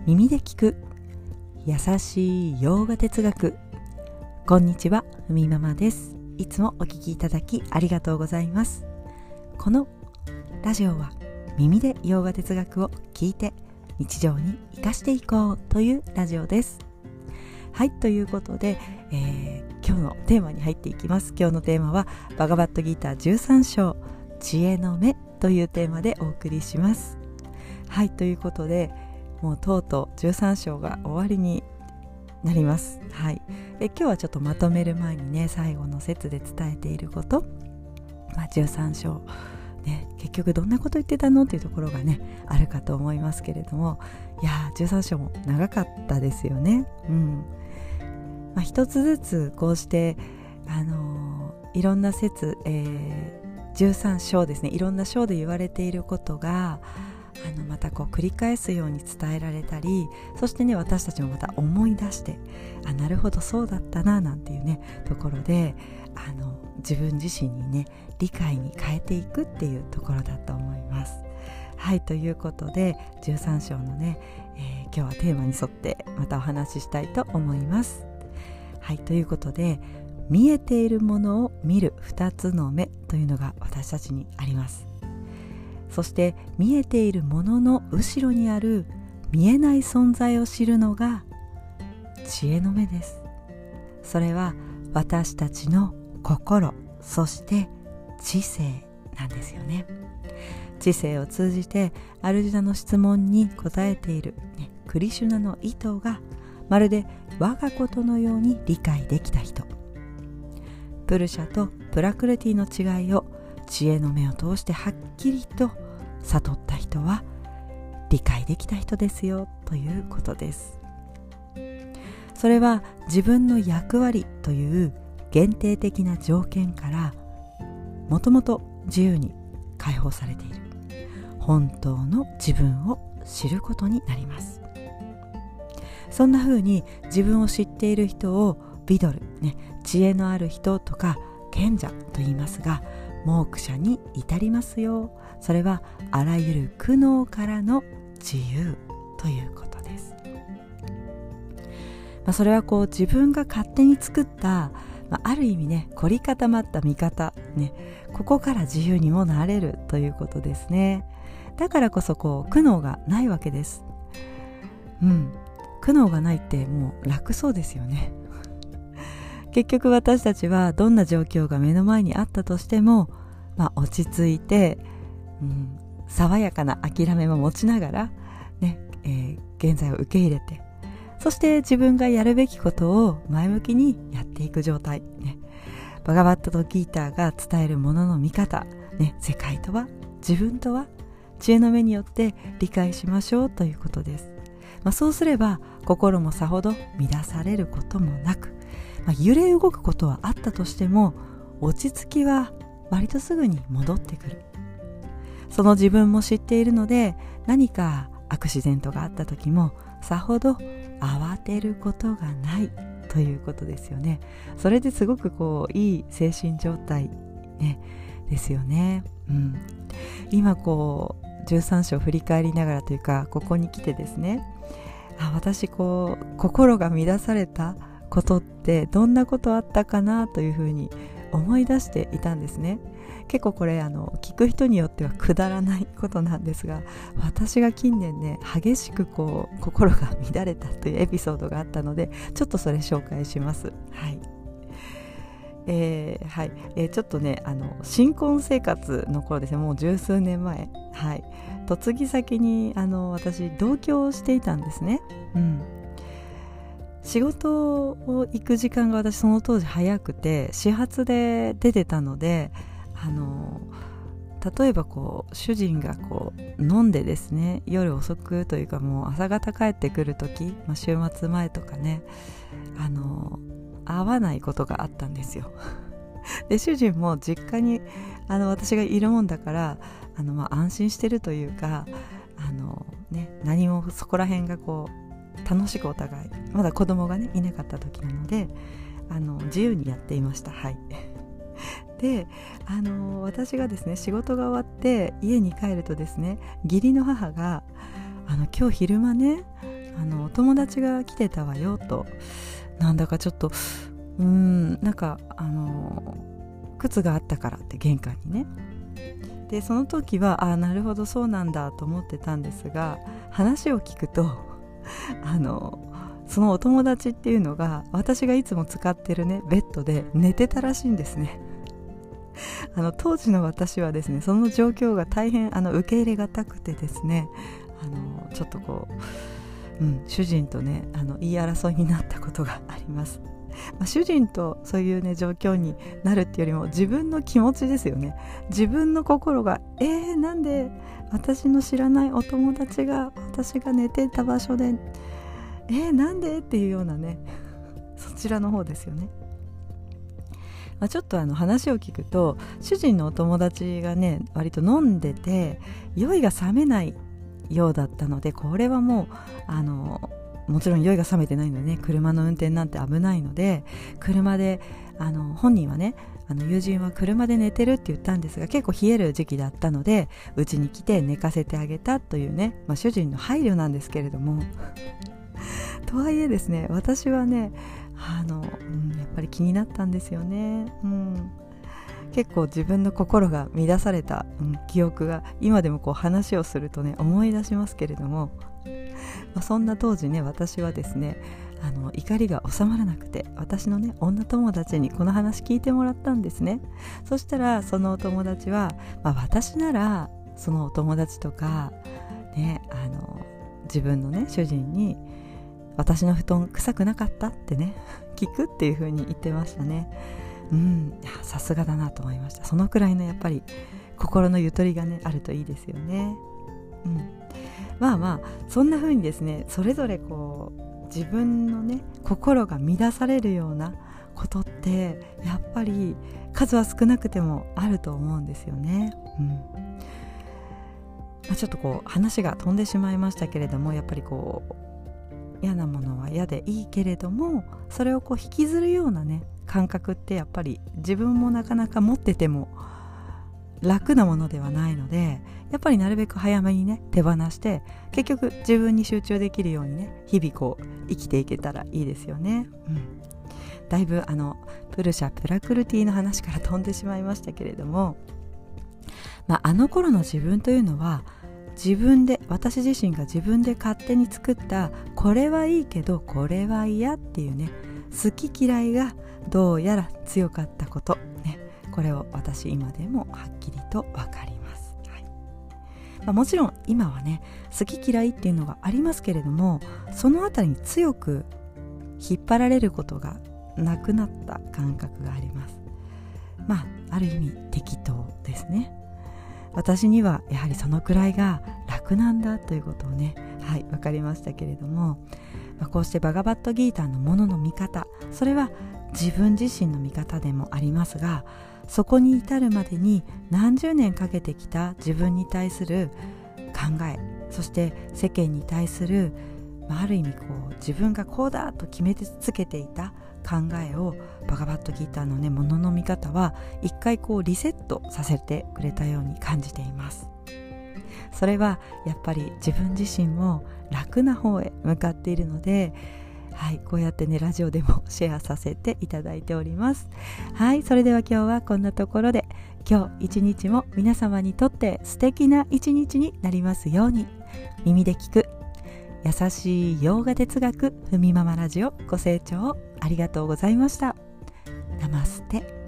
耳で聞く優しい洋画哲学。こんにちは、ふみママです。いつもお聞きいただきありがとうございます。このラジオは耳で洋画哲学を聞いて日常に生かしていこうというラジオです。はい、ということで、今日のテーマに入っていきます。今日のテーマはバガバットギーター13章知恵の目というテーマでお送りします。はい、ということでもうとうとう13章が終わりになります。はい、今日はちょっとまとめる前にね、最後の節で伝えていること、13章ね、結局どんなこと言ってたのっていうところがねあるかと思いますけれども、いや13章も長かったですよね。一つずつこうしていろんな説、13章ですね、いろんな章で言われていることがまたこう繰り返すように伝えられたり、そしてね私たちもまた思い出して、なるほどそうだったななんていうねところで自分自身にね理解に変えていくっていうところだと思います。はい、ということで13章のね、今日はテーマに沿ってまたお話ししたいと思います。はい、ということで見えているものを見る2つの目というのが私たちにあります。そして見えているものの後ろにある見えない存在を知るのが知恵の目です。それは私たちの心、そして知性なんですよね。知性を通じてアルジュナの質問に答えている、クリシュナの意図がまるで我がことのように理解できた人、プルシャとプラクルティの違いを知恵の目を通してはっきりと悟った人は理解できた人ですよということです。それは自分の役割という限定的な条件からもともと自由に解放されている本当の自分を知ることになります。そんな風に自分を知っている人をビドル、知恵のある人とか賢者と言いますが、モークシャに至りますよ。それはあらゆる苦悩からの自由ということです。それはこう自分が勝手に作った、ある意味ね凝り固まった見方、ここから自由にもなれるということですね。だからこそこう苦悩がないわけです。苦悩がないってもう楽そうですよね。結局私たちはどんな状況が目の前にあったとしても、落ち着いて、爽やかな諦めも持ちながら、現在を受け入れて、そして自分がやるべきことを前向きにやっていく状態、バガバットとギーターが伝えるものの見方、世界とは自分とは知恵の目によって理解しましょうということです。そうすれば心もさほど乱されることもなく、揺れ動くことはあったとしても落ち着きは割とすぐに戻ってくる。その自分も知っているので、何かアクシデントがあった時もさほど慌てることがないということですよね。それですごくこういい精神状態、ですよね。今こう13章を振り返りながらというか、ここに来てですね、私こう心が乱されたことってどんなことあったかなというふうに思い出していたんですね。結構これ聞く人によってはくだらないことなんですが、私が近年ね激しくこう心が乱れたというエピソードがあったので、ちょっとそれ紹介します。ちょっとね新婚生活の頃ですね、もう十数年前、嫁ぎ先に私同居をしていたんですね。仕事を行く時間が私その当時早くて始発で出てたので、例えばこう主人がこう飲んでですね、夜遅くというかもう朝方帰ってくる時、週末前とかね会わないことがあったんですよ。で主人も実家に私がいるもんだから安心してるというか何もそこら辺がこう楽しくお互いまだ子供がねいなかった時なので自由にやっていました。で私がですね仕事が終わって家に帰るとですね、義理の母が今日昼間ねお友達が来てたわよと、なんだかちょっとなんか靴があったからって玄関にね。でその時はなるほどそうなんだと思ってたんですが、話を聞くとそのお友達っていうのが私がいつも使ってるねベッドで寝てたらしいんですね。当時の私はですね、その状況が大変受け入れがたくてですね、ちょっとこう、主人とね言い争いになったことがあります。主人とそういうね状況になるっていうよりも自分の気持ちですよね。自分の心がなんで私の知らないお友達が私が寝てた場所でなんでっていうようなねそちらの方ですよね。ちょっと話を聞くと、主人のお友達がね割と飲んでて酔いが覚めないようだったので、これはもうもちろん酔いが覚めてないのでね、車の運転なんて危ないので、車で本人はね友人は車で寝てるって言ったんですが、結構冷える時期だったのでうちに来て寝かせてあげたというね、主人の配慮なんですけれどもとはいえですね、私はねやっぱり気になったんですよね。結構自分の心が乱された、記憶が今でもこう話をするとね思い出しますけれども、そんな当時ね私はですね怒りが収まらなくて、私のね女友達にこの話聞いてもらったんですね。そしたらそのお友達は、私ならそのお友達とかね自分のね主人に私の布団臭くなかったってね聞くっていう風に言ってましたね。さすがだなと思いました。そのくらいのやっぱり心のゆとりがねあるといいですよね。そんな風にですね、それぞれこう自分のね心が乱されるようなことってやっぱり数は少なくてもあると思うんですよね。ちょっとこう話が飛んでしまいましたけれども、やっぱりこう嫌なものは嫌でいいけれども、それをこう引きずるようなね感覚ってやっぱり自分もなかなか持ってても楽なものではないので、やっぱりなるべく早めにね手放して、結局自分に集中できるようにね日々こう生きていけたらいいですよね。だいぶプルシャプラクルティの話から飛んでしまいましたけれども、あの頃の自分というのは私自身が自分で勝手に作ったこれはいいけどこれは嫌っていうね好き嫌いがどうやら強かったことね、これを私今でもはっきりと分かります。もちろん今はね好き嫌いっていうのがありますけれども、そのあたりに強く引っ張られることがなくなった感覚があります。ある意味適当ですね。私にはやはりそのくらいが楽なんだということをね分かりましたけれども、こうしてバガバットギーターのものの見方、それは自分自身の見方でもありますが、そこに至るまでに何十年かけてきた自分に対する考え、そして世間に対する、ある意味こう自分がこうだと決めつけていた考えをバガバットギーターのねものの見方は一回こうリセットさせてくれたように感じています。それはやっぱり自分自身も楽な方へ向かっているので、こうやってねラジオでもシェアさせていただいております。それでは今日はこんなところで、今日一日も皆様にとって素敵な一日になりますように。耳で聞く優しい洋画哲学ふみママラジオ、ご清聴ありがとうございました。ナマステ。